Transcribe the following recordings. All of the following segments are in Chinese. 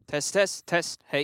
test test test， 嘿。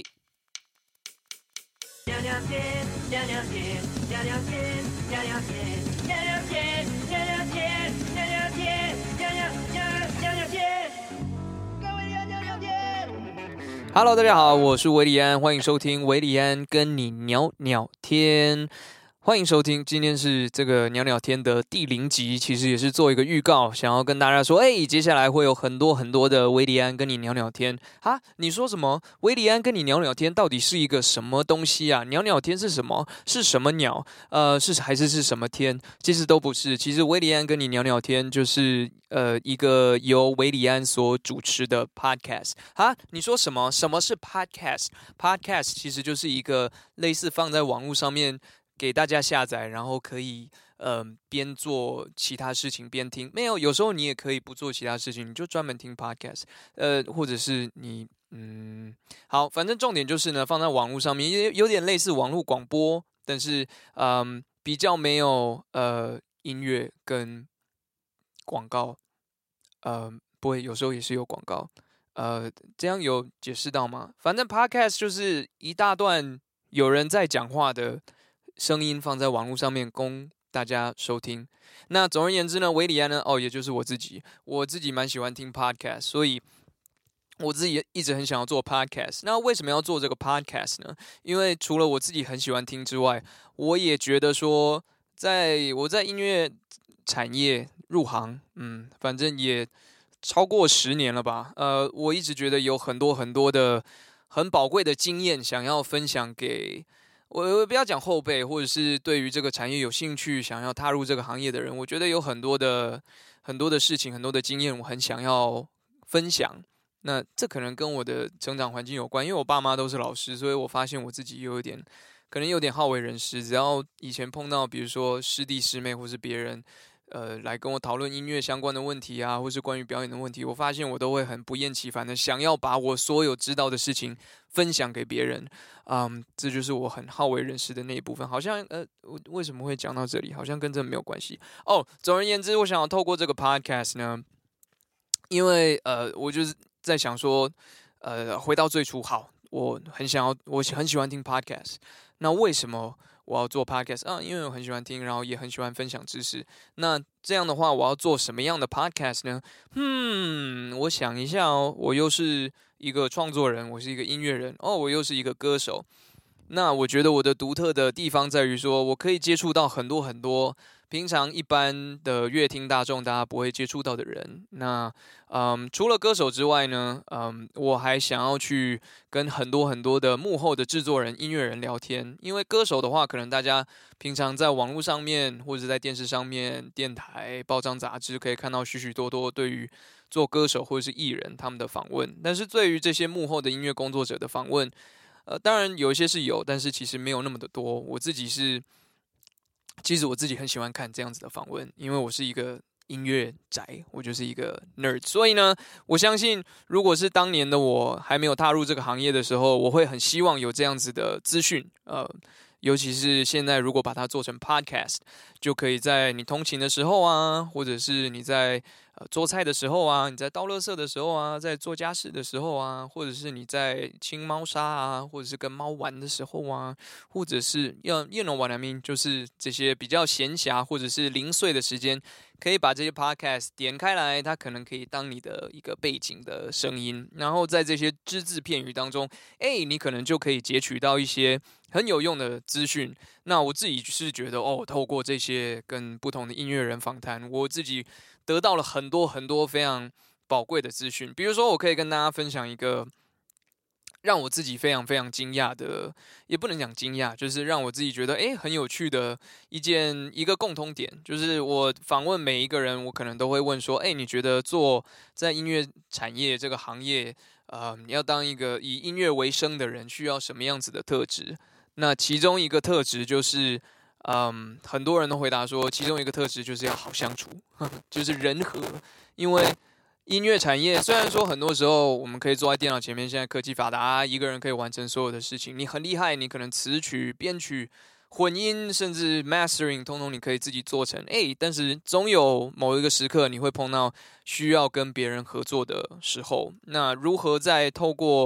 聊聊天，聊聊天，聊聊天，聊聊天，聊聊天，聊聊天，聊聊天，聊聊天，各位聊聊天。 Hello， 大家好，我是维里安，欢迎收听维里安跟你聊聊天。欢迎收听，今天是这个聊聊天的第0集，其实也是做一个预告，想要跟大家说，接下来会有很多的维里安跟你聊聊天哈，你说什么？维里安跟你聊聊天到底是一个什么东西啊？聊聊天是什么？是什么鸟？还是什么天？其实都不是，其实维里安跟你聊聊天就是一个由维里安所主持的 podcast 哈，你说什么？什么是 podcast？podcast 其实就是一个类似放在网络上面。给大家下载，然后可以边做其他事情边听。没有，有时候你也可以不做其他事情，你就专门听 podcast。或者是你好，反正重点就是呢，放在网络上面，也有点类似网络广播，但是比较没有音乐跟广告。不会，有时候也是有广告。这样有解释到吗？反正 podcast 就是一大段有人在讲话的声音放在网络上面供大家收听。那总而言之呢，维里安呢，也就是我自己蛮喜欢听 podcast， 所以我自己一直很想要做 podcast。那为什么要做这个 podcast 呢？因为除了我自己很喜欢听之外，我也觉得说，我在音乐产业入行，反正也超过10年了吧。我一直觉得有很多的很宝贵的经验想要分享给。我不要讲后辈，或者是对于这个产业有兴趣、想要踏入这个行业的人，我觉得有很多的事情、很多的经验，我很想要分享。那这可能跟我的成长环境有关，因为我爸妈都是老师，所以我发现我自己可能有点好为人师。只要以前碰到，比如说师弟师妹或是别人，来跟我讨论音乐相关的问题啊，或是关于表演的问题，我发现我都会很不厌其烦的想要把我所有知道的事情分享给别人。这就是我很好为人师的那一部分。好像我为什么会讲到这里？好像跟这没有关系哦。总而言之，我想要透过这个 podcast 呢，因为我就是在想说，回到最初，好，我很喜欢听 podcast。那为什么我要做 podcast 因为我很喜欢听，然后也很喜欢分享知识。那这样的话，我要做什么样的 podcast 呢？我想一下哦，我又是一个创作人，我是一个音乐人，我又是一个歌手。那我觉得我的独特的地方在于说，我可以接触到很多平常一般的乐听大众大家不会接触到的人。那除了歌手之外呢，我还想要去跟很多的幕后的制作人、音乐人聊天。因为歌手的话，可能大家平常在网络上面或者在电视上面、电台、报章杂志可以看到许多对于做歌手或者是艺人他们的访问。但是对于这些幕后的音乐工作者的访问，当然有一些是有，但是其实没有那么的多。其实我自己很喜欢看这样子的访问，因为我是一个音乐宅，我就是一个 nerd。所以呢，我相信如果是当年的我还没有踏入这个行业的时候，我会很希望有这样子的资讯。尤其是现在如果把它做成 podcast， 就可以在你通勤的时候啊，或者是你在做菜的时候啊，你在倒垃圾的时候啊，在做家事的时候啊，或者是你在清猫砂啊，或者是跟猫玩的时候啊，或者是you know what I mean，就是这些比较闲暇或者是零碎的时间，可以把这些 podcast 点开来，它可能可以当你的一个背景的声音，然后在这些只字片语当中，你可能就可以截取到一些很有用的资讯。那我自己是觉得透过这些跟不同的音乐人访谈，我自己得到了很多非常宝贵的资讯。比如说，我可以跟大家分享一个让我自己非常惊讶的，也不能讲惊讶，就是让我自己觉得很有趣的一个共通点，就是我访问每一个人，我可能都会问说，你觉得在音乐产业这个行业，你要当一个以音乐为生的人，需要什么样子的特质？那其中一个特质就是，很多人都回答说，其中一个特质就是要好相处，就是人和。因为音乐产业虽然说很多时候我们可以坐在电脑前面，现在科技发达，一个人可以完成所有的事情，你很厉害，你可能词曲、编曲、混音，甚至 mastering， 通通你可以自己做成。但是总有某一个时刻，你会碰到需要跟别人合作的时候。那如何在透过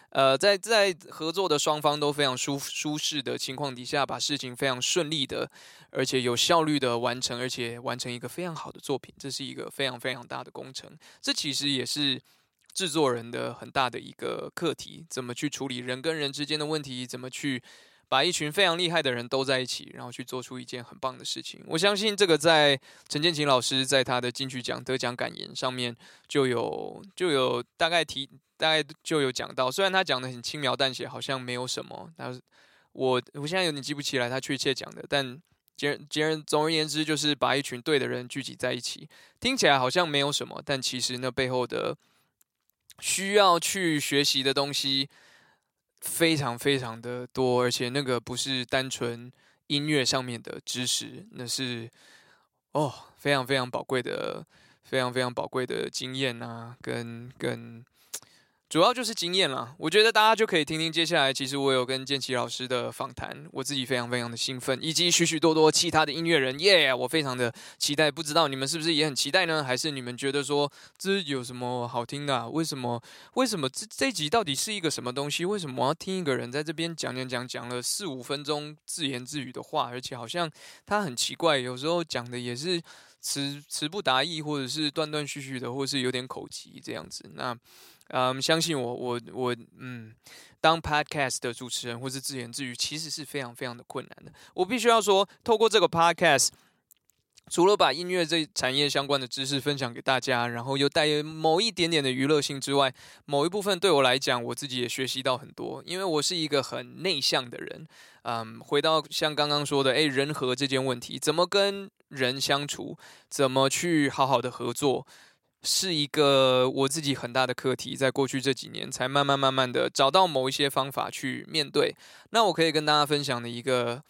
在合作的双方都非常舒适的情况底下，把事情非常顺利的，而且有效率的完成，而且完成一个非常好的作品，这是一个非常非常大的工程。这其实也是制作人的很大的一个课题，怎么去处理人跟人之间的问题，怎么去把一群非常厉害的人都在一起，然后去做出一件很棒的事情。我相信这个在陈建琴老师在他的金曲奖得奖感言上面就有大概就有讲到，虽然他讲的很轻描淡写，好像没有什么，我现在有点记不起来他确切讲的，但总而言之，就是把一群对的人聚集在一起，听起来好像没有什么，但其实那背后的需要去学习的东西非常非常的多，而且那个不是单纯音乐上面的知识，那是非常非常宝贵的、非常非常宝贵的经验啊，跟主要就是经验啦。我觉得大家就可以听听接下来，其实我有跟建奇老师的访谈，我自己非常非常的兴奋，以及许许多多其他的音乐人，我非常的期待。不知道你们是不是也很期待呢？还是你们觉得说这有什么好听的啊？为什么这一集到底是一个什么东西？为什么我要听一个人在这边讲了4-5分钟自言自语的话，而且好像他很奇怪，有时候讲的也是词不达意，或者是断断续续的，或是有点口疾这样子。那相信我，当 podcast 的主持人或是自言自语，其实是非常非常的困难的。我必须要说，透过这个 podcast，除了把音乐这产业相关的知识分享给大家，然后又带有某一点点的娱乐性之外，某一部分对我来讲，我自己也学习到很多。因为我是一个很内向的人，回到像刚刚说的，人和这件问题，怎么跟人相处，怎么去好好的合作。是一个我自己很大的课题，在过去这几年才慢慢的找到某一些方法去面对。那我可以跟大家分享的一个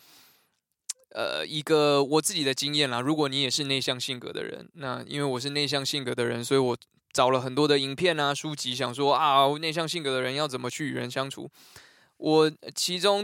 我自己的经验啦。如果你也是内向性格的人，那因为我是内向性格的人，所以我找了很多的影片啊、书籍，想说内向性格的人要怎么去与人相处。我其中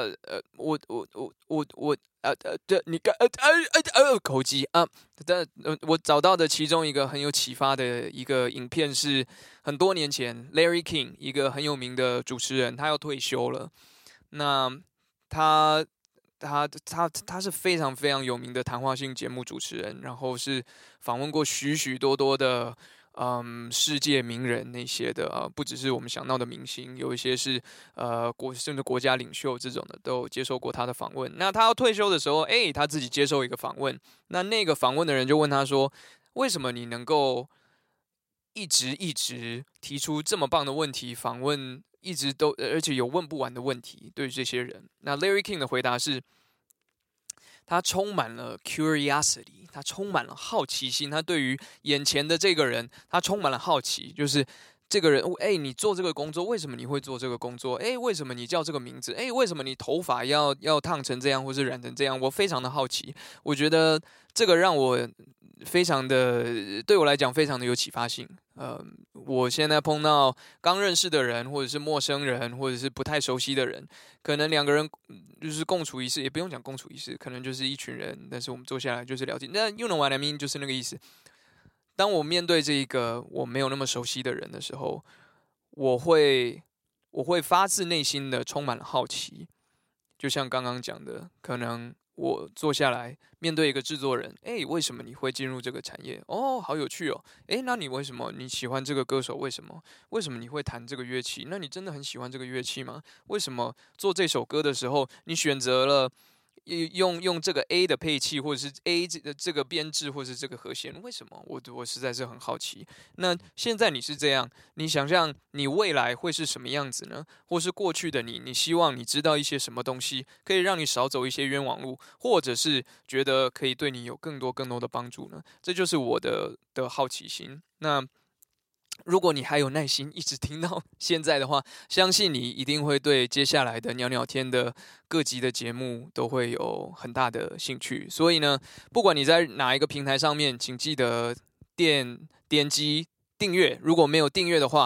口技啊，我找到的其中一个很有启发的一个影片是很多年前 Larry King 一个很有名的主持人，他要退休了。那他是非常非常有名的谈话性节目主持人，然后是访问过许许多多的。世界名人那些的不只是我们想到的明星，有一些是甚至国家领袖这种的都有接受过他的访问。那他要退休的时候，他自己接受一个访问，那个访问的人就问他说：“为什么你能够一直提出这么棒的问题，访问一直都而且有问不完的问题？”对于这些人，那 Larry King 的回答是。他充满了 curiosity， 他充满了好奇心，他对于眼前的这个人，他充满了好奇，就是这个人，你做这个工作，为什么你会做这个工作？为什么你叫这个名字？为什么你头发要烫成这样，或是染成这样？我非常的好奇，我觉得这个让我非常的，对我来讲非常的有启发性。我现在碰到刚认识的人，或者是陌生人，或者是不太熟悉的人，可能两个人就是共处一室，也不用讲共处一室，可能就是一群人，但是我们坐下来就是聊天。那 you know what I mean， 就是那个意思。当我面对这一个我没有那么熟悉的人的时候，我会发自内心的充满了好奇，就像刚刚讲的，可能我坐下来面对一个制作人，为什么你会进入这个产业？好有趣哦！那你为什么你喜欢这个歌手？为什么你会弹这个乐器？那你真的很喜欢这个乐器吗？为什么做这首歌的时候，你选择了用这个 A 的配器，或者是 A 这个编制，或者是这个和弦？为什么？我实在是很好奇。那现在你是这样，你想象你未来会是什么样子呢？或是过去的你希望你知道一些什么东西，可以让你少走一些冤枉路，或者是觉得可以对你有更多的帮助呢？这就是我的好奇心。那如果你还有耐心一直听到现在的话，相信你一定会对接下来的鸟鸟天的各集的节目都会有很大的兴趣。所以呢，不管你在哪一个平台上面，请记得点击订阅。如果没有订阅的话，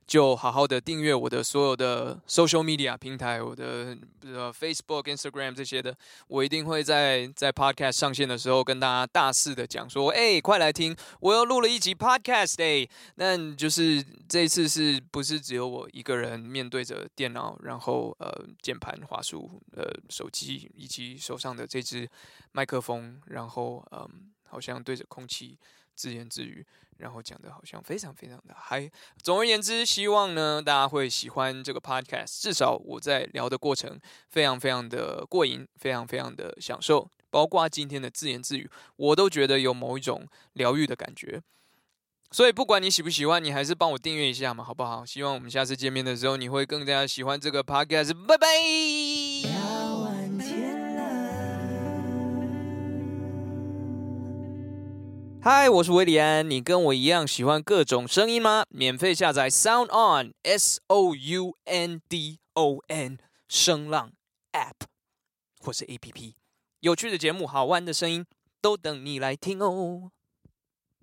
就好好的订阅我的所有的 social media 平台，我的Facebook、Instagram 这些的，我一定会在 podcast 上线的时候跟大家大肆的讲说，快来听，我又录了一集 podcast 那就是这一次是不是只有我一个人面对着电脑，然后键盘、滑鼠、手机以及手上的这支麦克风，然后好像对着空气自言自语。然后讲的好像非常非常的嗨。总而言之，希望呢大家会喜欢这个 podcast， 至少我在聊的过程非常非常的过瘾，非常非常的享受，包括今天的自言自语，我都觉得有某一种疗愈的感觉。所以不管你喜不喜欢，你还是帮我订阅一下嘛，好不好？希望我们下次见面的时候，你会更加喜欢这个 podcast。拜拜。嗨，我是维里安，你跟我一样喜欢各种声音吗？免费下载 Sound On SOUNDON 声浪 App 或是 APP， 有趣的节目、好玩的声音都等你来听哦。